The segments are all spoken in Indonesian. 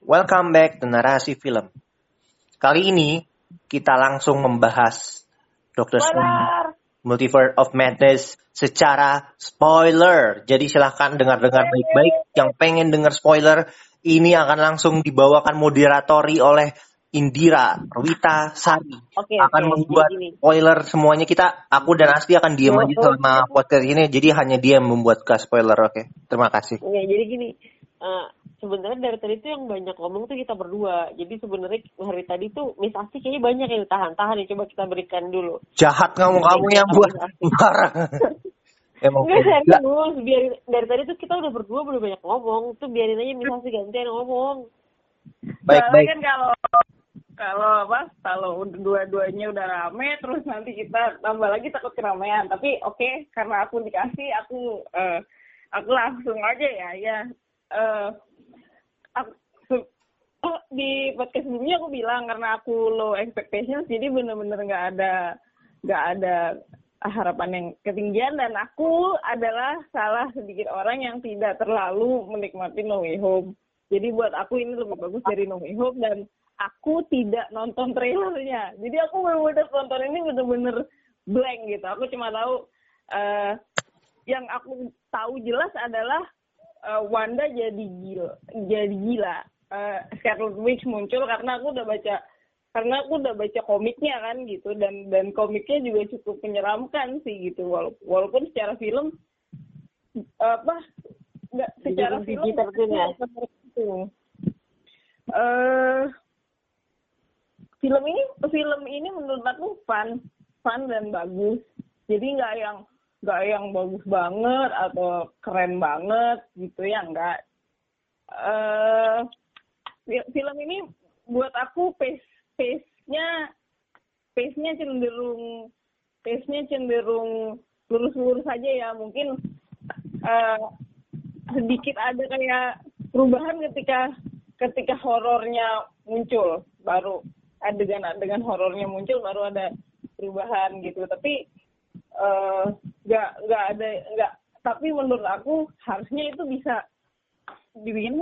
Welcome back to Narasi Film. Kali ini kita langsung membahas Doctor Strange Multiverse of Madness secara spoiler. Jadi silahkan dengar-dengar baik-baik. Yang pengen dengar spoiler, ini akan langsung dibawakan moderatori oleh Indira Rwita Sari. Akan membuat spoiler semuanya. Aku dan Asti akan diam aja selama podcast ini. Jadi hanya dia yang membuat spoiler, oke? Terima kasih. Oke, jadi gini. Sebenarnya dari tadi tuh yang banyak ngomong tuh kita berdua. Jadi sebenarnya hari tadi tuh Miss Asti kayaknya banyak yang tahan ya. Coba kita berikan dulu. Jahat kamu yang buat marah. Enggak serius. Biarin, dari tadi tuh kita udah berdua banyak ngomong. Tuh biarin aja Miss Asti gantian ngomong. Baik. Kan kalau dua-duanya udah rame, terus nanti kita tambah lagi takut keramaian. Tapi oke, karena aku dikasih, aku langsung aja ya. Di podcast sebelumnya aku bilang karena aku low expectations, jadi benar-benar nggak ada harapan yang ketinggian, dan aku adalah salah sedikit orang yang tidak terlalu menikmati No Way Home. Jadi buat aku ini lebih bagus dari No Way Home, dan aku tidak nonton trailernya. Jadi aku benar-benar nonton ini benar-benar blank gitu. Aku cuma tahu yang aku tahu jelas adalah Wanda jadi gila. Scarlet Witch muncul karena aku udah baca komiknya kan gitu, dan komiknya juga cukup menyeramkan sih gitu, walaupun secara film nggak secara film film ini menurut aku fun dan bagus. Jadi nggak yang bagus banget atau keren banget gitu ya, enggak. Film ini buat aku pace-nya cenderung lurus-lurus aja ya. Mungkin sedikit ada kayak perubahan ketika horornya muncul, baru adegan horornya muncul baru ada perubahan gitu. Tapi tapi menurut aku harusnya itu bisa dibikin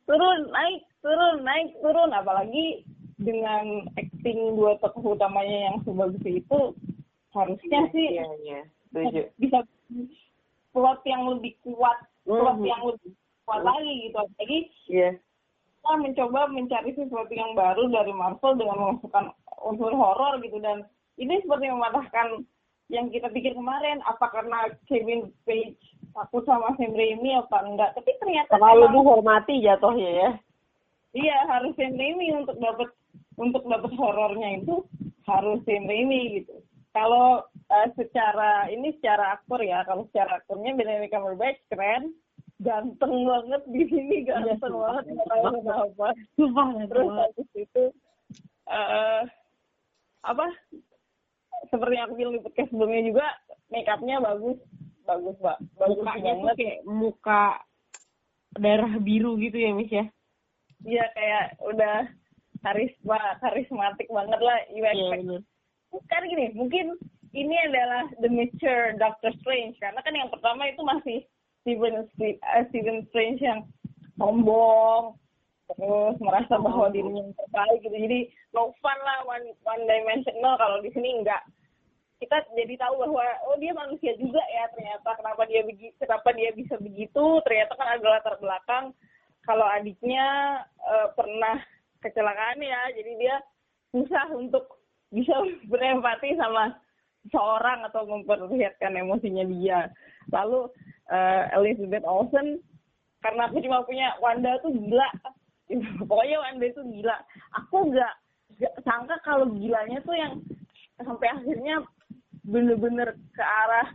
turun, apalagi dengan acting dua tokoh utamanya yang sebagus itu, harusnya bisa plot yang lebih kuat lagi gitu. Jadi kita mencoba mencari sesuatu yang baru dari Marvel dengan memasukkan unsur horor gitu, dan ini seperti mematahkan yang kita pikir kemarin, apa karena Kevin Feige takut sama Sam Raimi apa enggak, tapi ternyata terlalu dihormati jatuhnya ya. Iya, harus Sam Raimi untuk dapat horornya itu harus Sam Raimi gitu. Kalau secara aktor ya, kalau secara aktornya Benedict Cumberbatch keren, ganteng banget di sini, ganteng banget, nggak tahu kenapa. Terus habis itu seperti yang aku bilang di podcast sebelumnya juga, make up-nya bagus banget. Kayak muka darah biru gitu ya, Miss ya? Iya, kayak udah karismatik banget lah. Iya, Kan gini, mungkin ini adalah the mature Doctor Strange, karena kan yang pertama itu masih Stephen Strange yang sombong, terus merasa bahwa dirinya yang terbaik gitu. Jadi no fun lah, one dimensional. Kalau di sini enggak. Kita jadi tahu bahwa dia manusia juga ya ternyata. Kenapa dia bisa begitu? Ternyata kan ada latar belakang. Kalau adiknya pernah kecelakaan ya, jadi dia susah untuk bisa berempati sama seorang atau memperlihatkan emosinya dia. Lalu Elizabeth Olsen, karena aku cuma punya Wanda tuh gila. Pokoknya Wanda itu gila. Aku nggak sangka kalau gilanya tuh yang sampai akhirnya bener-bener ke arah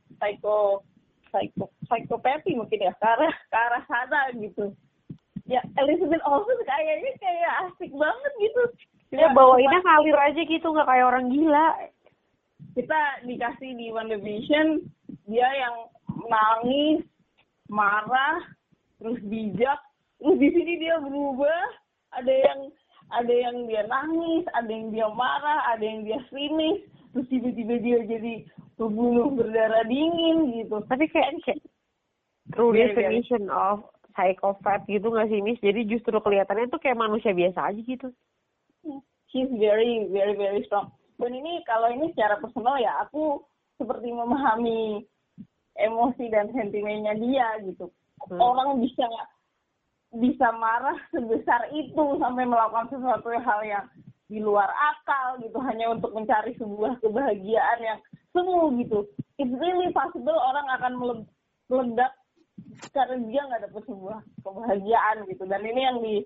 psikopati mungkin ya, ke arah sana gitu. Ya Elizabeth Olsen kayaknya kayak asik banget gitu. Ya bawainnya ngalir aja gitu, nggak kayak orang gila. Kita dikasih di WandaVision dia yang nangis, marah, terus bijak. Terus di sini dia berubah, ada yang dia nangis, ada yang dia marah, ada yang dia sinis, terus tiba-tiba dia jadi pembunuh berdarah dingin gitu. Tapi kayak true definition of psychopath gitu nggak sih, Miss? Jadi justru kelihatannya tuh kayak manusia biasa aja gitu. She's very, very, very strong. Dan ini kalau ini secara personal ya, aku seperti memahami emosi dan sentimennya dia gitu. Orang bisa marah sebesar itu sampai melakukan sesuatu hal yang di luar akal gitu hanya untuk mencari sebuah kebahagiaan yang semu gitu. It's really possible orang akan meledak karena dia nggak dapat sebuah kebahagiaan gitu. Dan ini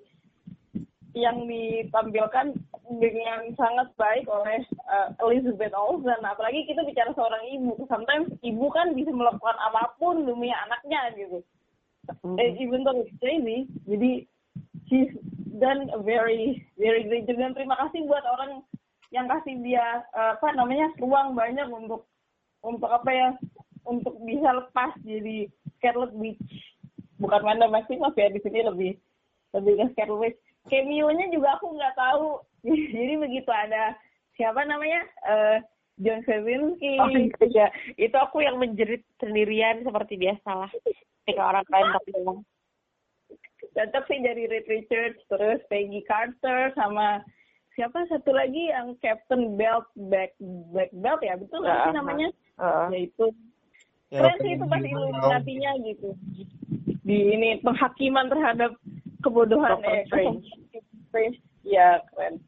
yang ditampilkan dengan sangat baik oleh Elizabeth Olsen. Apalagi kita bicara seorang ibu. Sometimes ibu kan bisa melakukan apapun demi anaknya gitu. Even though it's crazy. Jadi she's done a very, very great job. Dan terima kasih buat orang yang kasih dia ruang banyak untuk untuk bisa lepas jadi Scarlet Witch. Bukan Wanda Maximoff ya, di sini lebih ke Scarlet Witch. Cameo-nya juga aku nggak tahu. Jadi begitu ada siapa namanya John Krasinski. Oh iya, itu aku yang menjerit sendirian seperti biasalah. Ketika orang lain tapi bilang. Tetap sih dari Reed Richards, terus Peggy Carter sama siapa satu lagi yang Captain Black Belt ya, betul nggak sih namanya? Yaitu keren sih itu pas Illuminati-nya gitu. Di ini penghakiman terhadap kebodohan Strange. Ya keren.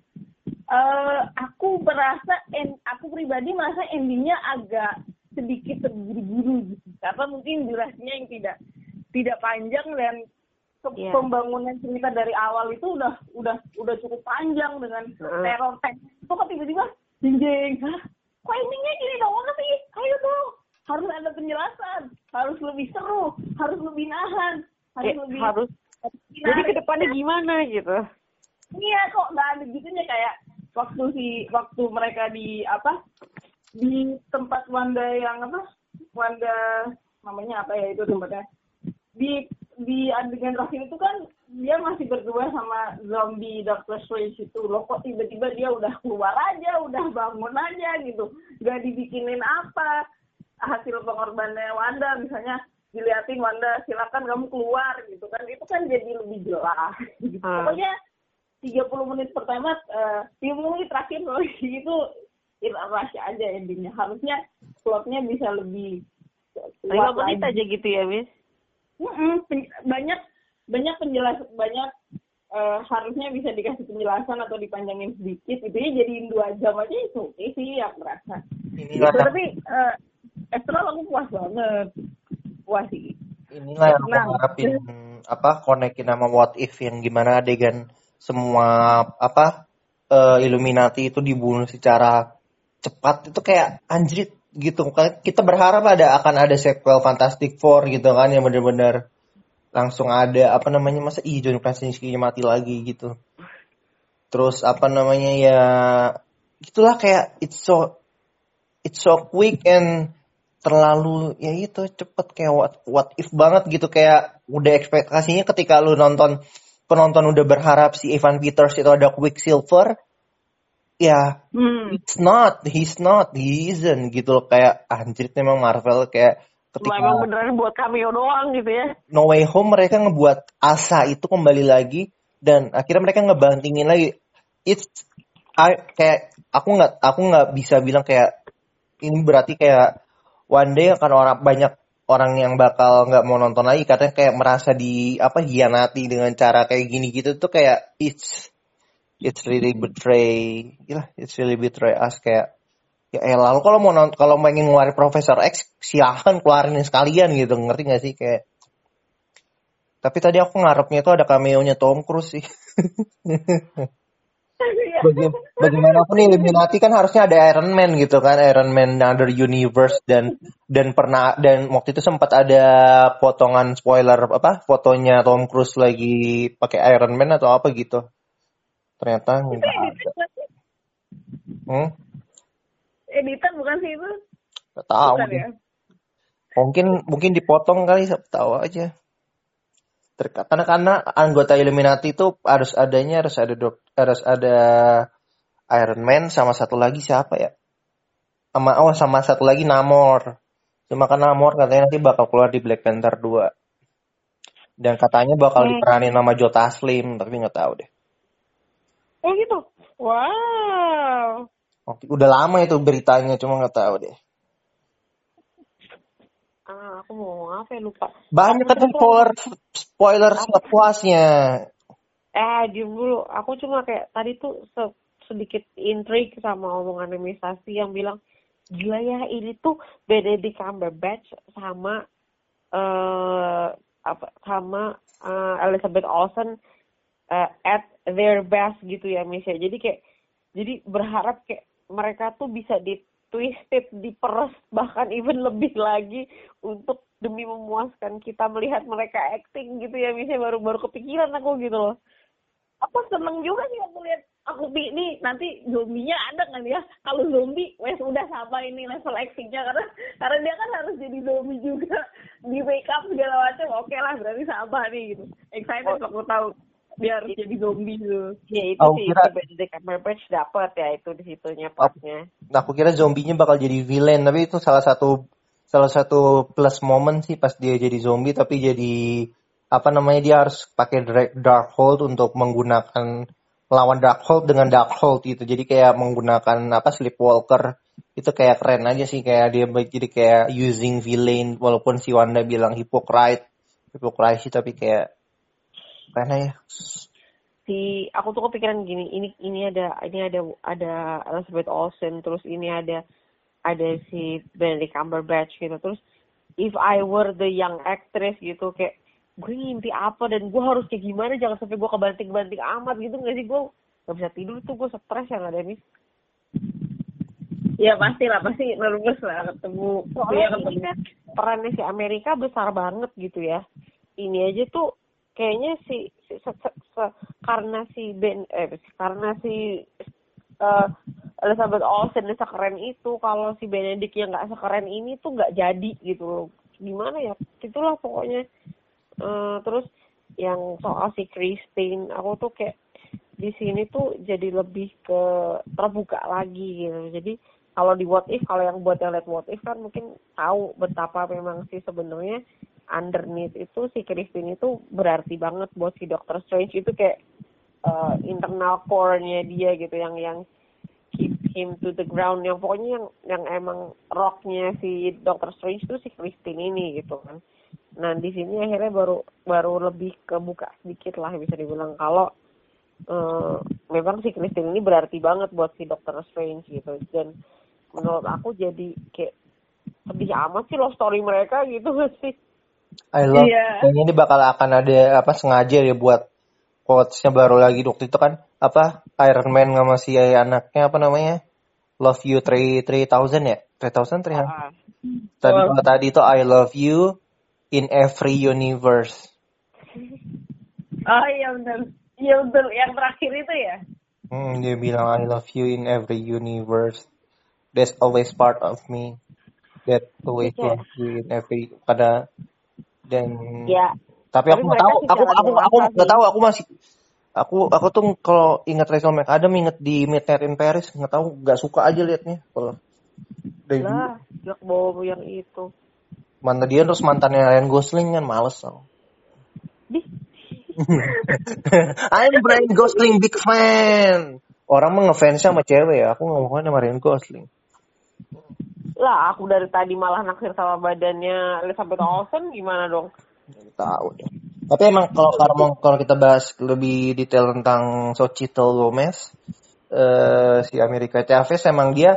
Aku pribadi merasa endingnya agak sedikit terburu-buru gitu. Karena mungkin durasinya yang tidak panjang dan pembangunan cerita dari awal itu udah cukup panjang dengan teror tank. Kok tiba-tiba jeng, kok endingnya gini doang sih? Ayo dong, harus ada penjelasan, harus lebih seru, harus lebih nahan, harus. Jadi kedepannya gimana gitu? Iya, kok nggak ada gitunya kayak waktu mereka di tempat Wanda namanya apa ya itu tempatnya di adegan terakhir itu kan dia masih berdua sama zombie Doctor Strange itu loh, kok tiba-tiba dia udah keluar aja, udah bangun aja gitu, nggak dibikinin apa hasil pengorbanannya Wanda, misalnya diliatin Wanda silakan kamu keluar gitu kan, itu kan jadi lebih jelas gitu. Pokoknya 30 menit pertama 30 menit terakhir itu rush aja endingnya, harusnya plotnya bisa lebih 5 menit aja gitu ya, Miss? Banyak penjelasan, harusnya bisa dikasih penjelasan atau dipanjangin sedikit gitu ya, jadiin 2 jam aja itu oke sih ya merasa. Tapi Astral aku puas banget. Puas sih. Inilah yang aku harapin konekin sama What If yang gimana adegan semua Illuminati itu dibunuh secara cepat itu kayak anjrit gitu. Kita berharap akan ada sequel Fantastic Four gitu kan yang benar-benar langsung ada masa John Krasinski mati lagi gitu. Terus ya itulah kayak it's so quick and terlalu ya itu cepet kayak what if banget gitu, kayak udah ekspektasinya ketika lu penonton udah berharap si Evan Peters itu ada Quicksilver ya, he isn't gitu loh, kayak anjir memang Marvel kayak ketika memang beneran buat cameo doang gitu ya. No Way Home mereka ngebuat asa itu kembali lagi dan akhirnya mereka ngebantingin lagi. Kayak aku nggak bisa bilang kayak ini berarti kayak one day akan banyak orang yang bakal nggak mau nonton lagi katanya kayak merasa hianati dengan cara kayak gini gitu tuh, kayak it's really betray us kayak ya lalu kalau pengen ngeluarin Profesor X silahkan keluarin sekalian gitu, ngerti nggak sih kayak. Tapi tadi aku ngarepnya itu ada cameo-nya Tom Cruise sih. Bagaimanapun Illuminati kan harusnya ada Iron Man gitu kan, Iron Man Another Universe dan waktu itu sempat ada potongan spoiler fotonya Tom Cruise lagi pakai Iron Man atau apa gitu. Ternyata nggak ada. Editan bukan sih itu? Nggak tahu. Ya? Mungkin dipotong kali, tahu aja. Karena anggota Illuminati itu harus ada Iron Man sama satu lagi siapa ya? Sama satu lagi Namor. Cuma kan Namor katanya nanti bakal keluar di Black Panther 2. Dan katanya bakal diperanin sama Joe Taslim, tapi nggak tahu deh. Oh gitu. Wow. Udah lama itu beritanya, cuma nggak tahu deh. Aku mau ngomong apa ya, lupa. Banyak kan spoiler sepuasnya. Diam dulu. Aku cuma kayak tadi tuh sedikit intrigue sama omongan administrasi yang bilang, gila ya ini tuh Benedict Cumberbatch sama Elizabeth Olsen at their best gitu ya Miss ya. Jadi berharap kayak mereka tuh bisa twisted, diperes, bahkan even lebih lagi untuk demi memuaskan kita melihat mereka acting gitu ya misalnya baru kepikiran aku gitu loh. Aku seneng juga sih aku lihat ini nanti zombinya ada kan ya. Kalau zombie wes udah sama ini level actingnya karena dia kan harus jadi zombie juga di make up segala macam. Oke lah berarti sama nih gitu. Excited aku tahu dia harus jadi zombie gitu. Ya itu sih Benedict Cumberbatch dapat ya itu di situnya partnya. Aku kira zombinya bakal jadi villain, tapi itu salah satu plus moment sih pas dia jadi zombie, tapi jadi dia harus pakai Darkhold untuk menggunakan lawan Darkhold dengan Darkhold gitu. Jadi kayak menggunakan Sleepwalker. Itu kayak keren aja sih, kayak dia jadi kayak using villain, walaupun si Wanda bilang hypocrite sih, tapi kayak keren aja. Aku tuh kepikiran gini, ini ada Elizabeth Olsen, terus ini ada si Benedict Cumberbatch gitu. Terus if I were the young actress gitu, kayak gue ngimpi apa dan gue harus kayak gimana, jangan sampai gue kebanting-banting amat gitu nggak sih? Gue nggak bisa tidur tuh, gue stres ya nggak ada Miss. Ya pasti nervous lah ketemu. Soalnya ini kan perannya si Amerika besar banget gitu ya. Ini aja tuh kayaknya karena si Elizabeth Olsen sekeren itu, kalau si Benedict yang nggak sekeren ini tuh nggak jadi gitu loh. Gimana ya? Itulah pokoknya. Terus yang soal si Christine, aku tuh kayak di sini tuh jadi lebih ke terbuka lagi gitu. Jadi kalau di What If, kalau yang buat yang lihat What If kan mungkin tahu betapa memang sih sebenarnya underneath itu si Christine itu berarti banget buat si Doctor Strange. Itu kayak internal core-nya dia gitu, yang keep him to the ground, yang pokoknya yang emang rock-nya si Doctor Strange itu si Christine ini gitu kan. Nah di sini akhirnya baru lebih kebuka sedikit lah bisa dibilang kalau memang si Christine ini berarti banget buat si Doctor Strange gitu. Dan menurut aku jadi kayak sedih amat sih love story mereka gitu sih. I love. Kayaknya ini bakal akan ada sengaja ya buat quotes-nya baru lagi. Waktu itu kan Iron Man sama si anaknya Love You 3000 ya? 3,000. Tadi itu I love you in every universe. Oh iya benar. Iya betul, yang terakhir itu ya. Dia bilang I love you in every universe. There's always part of me that always love you in every tapi aku nggak tahu. Aku nggak tahu. Aku tuh kalau ingat Rachel McAdams, inget di Midnight in Paris, nggak tahu, nggak suka aja liatnya. Kalau lah, jak bawa yang itu. Mantan dia terus mantannya Ryan Gosling kan males aku. I'm Ryan Gosling big fan. Orang mah ngefansnya sama cewek ya. Aku ngomongin sama Ryan Gosling. Lah, aku dari tadi malah naksir sama badannya Elizabeth Olsen, gimana dong? Tahu deh. Tapi emang kalau kita bahas lebih detail tentang Xochitl Gomez, si America Chavez, emang dia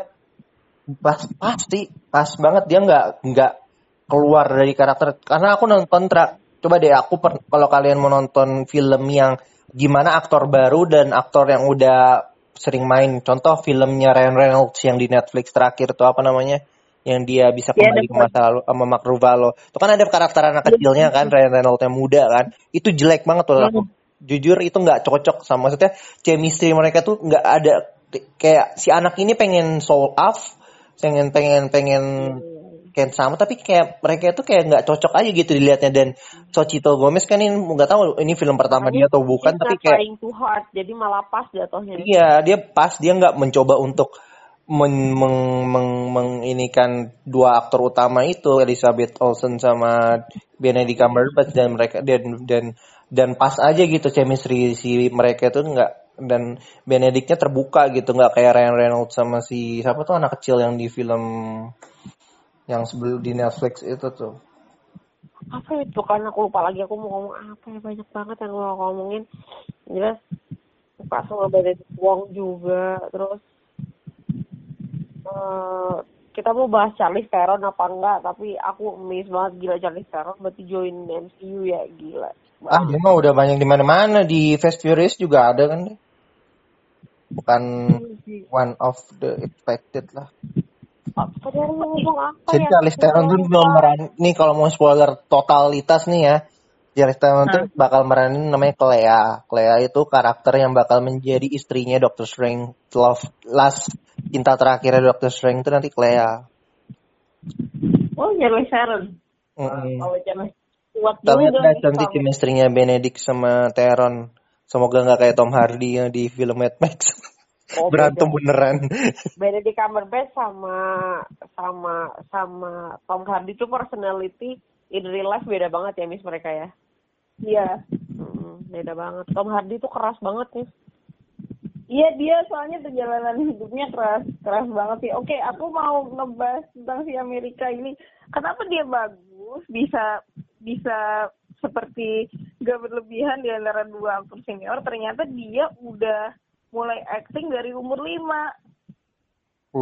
pas banget, dia nggak keluar dari karakter. Karena aku nonton coba deh kalau kalian mau nonton film yang gimana aktor baru dan aktor yang udah sering main, contoh filmnya Ryan Reynolds yang di Netflix terakhir tuh yang dia bisa kembali ke masa lalu sama Mark Ruffalo. Itu kan ada karakter anak kecilnya kan, Ryan Reynolds yang muda kan. Itu jelek banget tuh aku. Jujur itu nggak cocok sama, maksudnya chemistry mereka tuh nggak ada. Kayak si anak ini pengen show off, pengen sama, tapi kayak mereka tuh kayak nggak cocok aja gitu dilihatnya. Dan Xochitl Gomez kan ini nggak tahu ini film pertama dia atau bukan, tapi kayak trying too hard, jadi malah pas jatuhnya. Iya, dia pas, dia nggak mencoba untuk menginikan dua aktor utama itu, Elizabeth Olsen sama Benedict Cumberbatch, dan mereka dan pas aja gitu chemistry si mereka itu nggak, dan Benedictnya terbuka gitu, nggak kayak Ryan Reynolds sama si siapa tuh anak kecil yang di film yang sebelum di Netflix itu tuh. Apa itu kan aku lupa lagi, aku mau ngomong apa ya, banyak banget yang mau ngomongin. Jelas suka sama Benedict Wong juga. Terus kita mau bahas Charlize Theron apa enggak, tapi aku amazed banget, gila Charlize Theron berarti join MCU ya, gila. Dia mah udah banyak di mana-mana, di Fast Furious juga ada kan dia. Bukan one of the expected lah. Padahal ngomong apa Jadi ya? Charlize Theron tuh meranin, nih kalau mau spoiler totalitas nih ya, Charlize Theron tuh bakal meranin namanya Clea. Clea itu karakter yang bakal menjadi istrinya Doctor Strange. Last cinta terakhirnya Doctor Strange itu nanti Clea. Oh, Charlize Theron. Kuat Kita lihat juga nanti chemistry-nya Benedict sama Theron. Semoga nggak kayak Tom Hardy yang di film Mad Max. Berantem beneran. Benedict Cumberbatch sama Tom Hardy tuh personality in real life beda banget ya, Miss, mereka ya. Iya. Beda banget. Tom Hardy tuh keras banget nih. Iya, dia soalnya perjalanan hidupnya keras banget sih. Oke, aku mau ngebahas tentang si Amerika ini. Kenapa dia bagus, bisa seperti gak berlebihan di antara dua aktor senior. Ternyata dia udah mulai acting dari umur 5.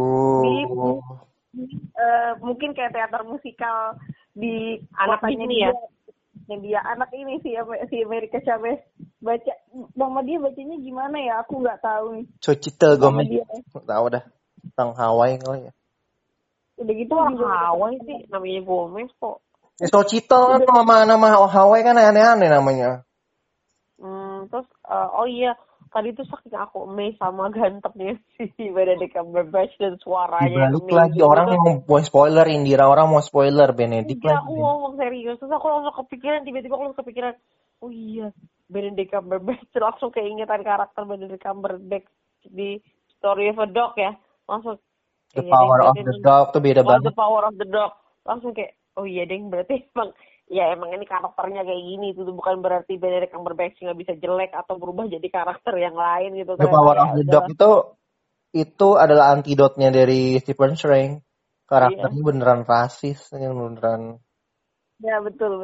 Mungkin kayak teater musikal di anak ini ya. Yang dia anak ini si Amerika Chavez, baca nama dia bacanya gimana ya, aku nggak tahu nih. Xochitl Gomez, nggak tahu dah, orang Hawaii kali ya. Udah gitu orang Hawaii sih namanya Gomez kok. Xochitl kan nama Hawaii kan aneh-aneh namanya. Terus oh iya, tadi tuh saking aku amazed sama gantengnya si Benedict Cumberbatch dan suaranya. Dibalik lagi orang mau spoiler, Indira orang mau spoiler Benedict lagi. Aku ngomong serius, terus aku langsung kepikiran, oh iya, Benedict Cumberbatch, langsung keingetan karakter Benedict Cumberbatch di Story of a Dog ya, langsung. The Power of the Dog tuh beda banget. The Power of the Dog, langsung kayak, oh iya deh, berarti emang ini karakternya kayak gini, itu bukan berarti Benedict Cumberbatch nggak bisa jelek atau berubah jadi karakter yang lain gitu. The Power of the Dog itu adalah antidotnya dari Stephen Strange. Karakternya beneran rasis, yang beneran. Ya betul.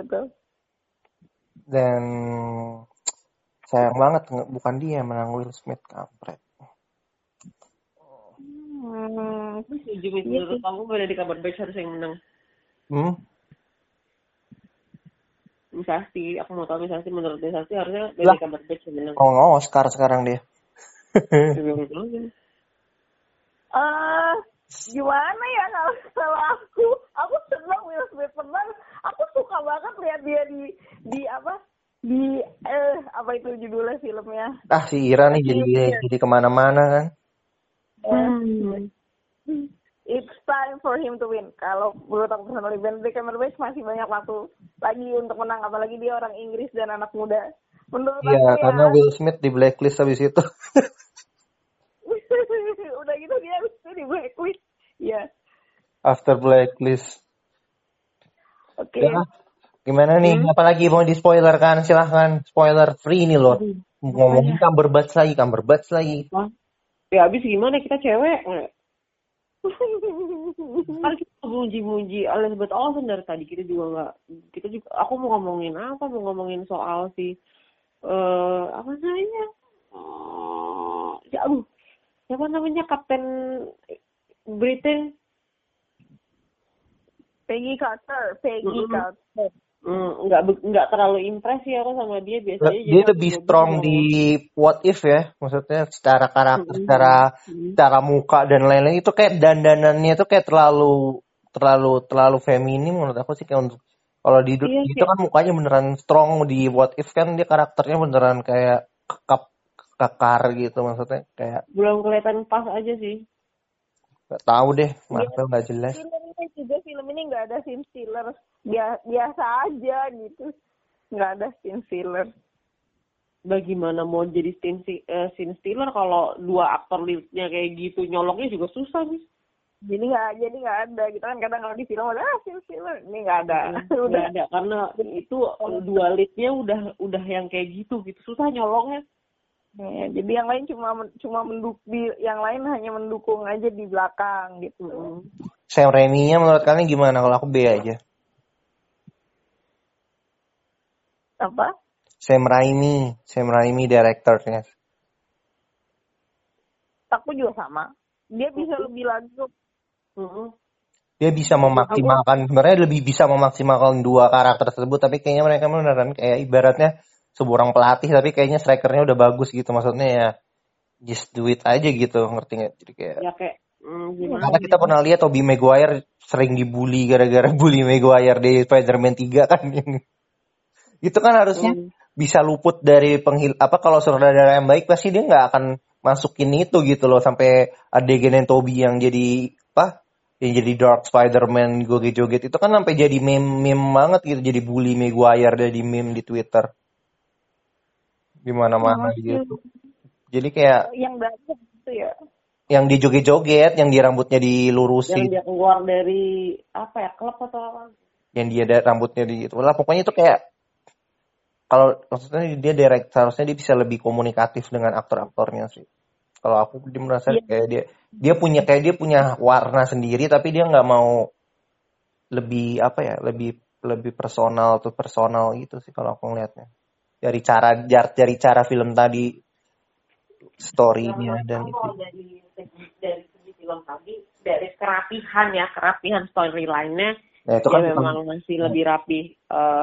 Dan sayang banget bukan dia yang menang, Will Smith, kampret. Menurut kamu Benedict Cumberbatch harus yang menang? Misasti, aku mau tahu Misasti, menurut Misasti harusnya Benedict Cumberbatch yang menang. Oh, Oscar sekarang dia. Gimana ya kalau aku senang Will Smith menang. Aku suka banget lihat dia di apa itu judulnya filmnya. Si Ira nih jadi kemana-mana kan. It's time for him to win. Kalau menurut aku personally, Benedict Cumberbatch masih banyak waktu lagi untuk menang, apalagi dia orang Inggris dan anak muda. Menurut aku ya. Karena Will Smith di blacklist habis itu. Udah gitu dia di blacklist. Ya. After blacklist. Oke. Ya, gimana nih? Apalagi mau di spoiler kan? Silahkan, spoiler free nih loh. Ngomongin Cumberbatch lagi. Ya habis gimana, kita cewek. Kan kita muji-muji Elizabeth Olsen dari tadi, aku mau ngomongin apa? Mau ngomongin soal si apa namanya? Siapa namanya Kapten Britain? Peggy Carter. Nggak terlalu impress ya aku sama dia, biasanya. Dia lebih strong di What If ya, maksudnya secara karakter, secara muka dan lain-lain, itu kayak dandanannya itu kayak terlalu feminim menurut aku sih. Kayak untuk kalau di itu kan mukanya beneran strong, di What If kan dia karakternya beneran kayak kekar gitu, maksudnya kayak belum kelihatan pas aja sih. Gak tahu deh, Marvel nggak jelas. Film ini nggak ada scene filler, biasa aja gitu, nggak ada scene filler. bagaimana mau jadi scene stealer kalau dua aktor leadnya kayak gitu, nyolongnya juga susah nih. Jadi nggak ada gitu kan, kadang kalau di film ada film ini nggak ada. Udah ada karena itu dua leadnya udah yang kayak gitu susah nyolongnya. Ya, jadi yang lain cuma yang lain hanya mendukung aja di belakang gitu. Sam Raimi-nya menurut kalian gimana? Kalau aku B aja. Apa? Sam Raimi directornya. Aku juga sama. Dia bisa lebih lanjut. Dia bisa memaksimalkan, sebenarnya lebih bisa memaksimalkan dua karakter tersebut, tapi kayaknya mereka beneran kayak ibaratnya seorang pelatih, tapi kayaknya strikernya udah bagus gitu, maksudnya ya just do it aja gitu, ngerti nggak? Jadi kayak ya kayak karena kita pernah lihat Tobey Maguire sering dibully gara-gara bully Maguire di Spider-Man 3 kan. Itu kan harusnya bisa luput dari kalau saudara yang baik pasti dia nggak akan masukin itu gitu loh, sampai adegan yang Tobey yang jadi yang jadi Dark Spider-Man joget-joget itu kan sampai jadi meme banget gitu, jadi bully Maguire, jadi meme di Twitter gimana-mana gitu. Jadi kayak yang banyak gitu ya. Yang di joget-joget, yang di rambutnya dilurusin. Yang dia keluar dari klub atau apa? Yang dia rambutnya di itu lah, pokoknya itu kayak kalau maksudnya seharusnya dia bisa lebih komunikatif dengan aktor-aktornya sih. Kalau aku dia merasa kayak dia punya warna sendiri, tapi dia nggak mau lebih lebih personal gitu sih kalau aku ngelihatnya. Dari cara film tadi, story-nya dan itu. Dari segi film tadi, dari kerapihan storyline-nya, itu kan memang masih lebih rapi,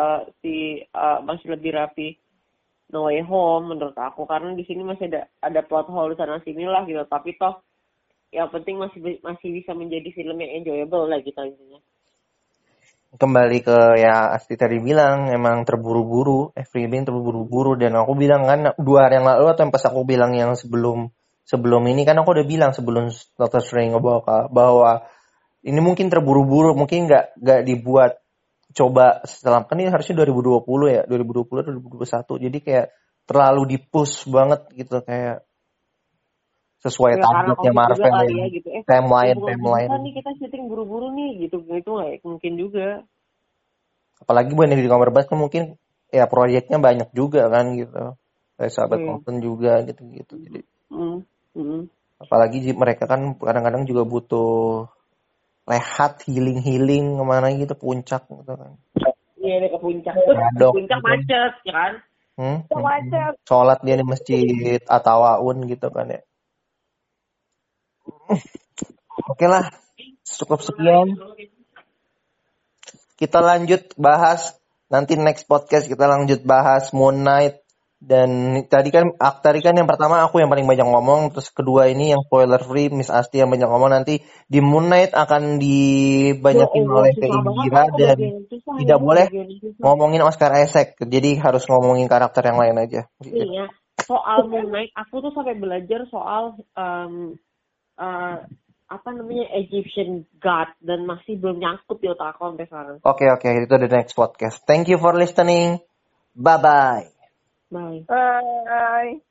masih lebih rapi No Way Home menurut aku, karena di sini masih ada plot hole sana sini lah gitu, tapi toh yang penting masih bisa menjadi film yang enjoyable lah gitu intinya. Kembali ke ya Asti tadi bilang, emang terburu-buru, everything terburu-buru, dan aku bilang kan 2 hari yang lalu atau pas aku bilang yang sebelum ini kan aku udah bilang sebelum Doctor Strange bahwa ini mungkin terburu-buru, mungkin nggak dibuat coba setelah kan ini harusnya 2020 2021, jadi kayak terlalu di-push banget gitu, kayak sesuai targetnya Marvel ya, gitu. Timeline nih kita syuting buru-buru nih gitu, itu nggak mungkin juga. Apalagi Benedict Cumberbatch kan mungkin ya proyeknya banyak juga kan gitu, kayak Sahabat Norton juga gitu jadi apalagi mereka kan kadang-kadang juga butuh rehat, healing kemana gitu, puncak gitu kan. Iya, ke puncak. Puncak macet ya kan? Macet. Sholat dia di masjid Atawaun gitu kan ya. Oke lah, cukup sekian. Kita lanjut bahas nanti next podcast, kita lanjut bahas Moon Knight. Dan tadi kan yang pertama aku yang paling banyak ngomong, terus kedua ini yang spoiler free Miss Asti yang banyak ngomong. Nanti di Moon Knight akan dibanyakin oleh Indira dan tidak boleh ngomongin Oscar Isaac, jadi harus ngomongin karakter yang lain aja. Iya, soal Moon Knight aku tuh sampai belajar soal Egyptian God, dan masih belum nyangkut di otak aku sampai sekarang. Oke, itu the next podcast. Thank you for listening. Bye. Bye.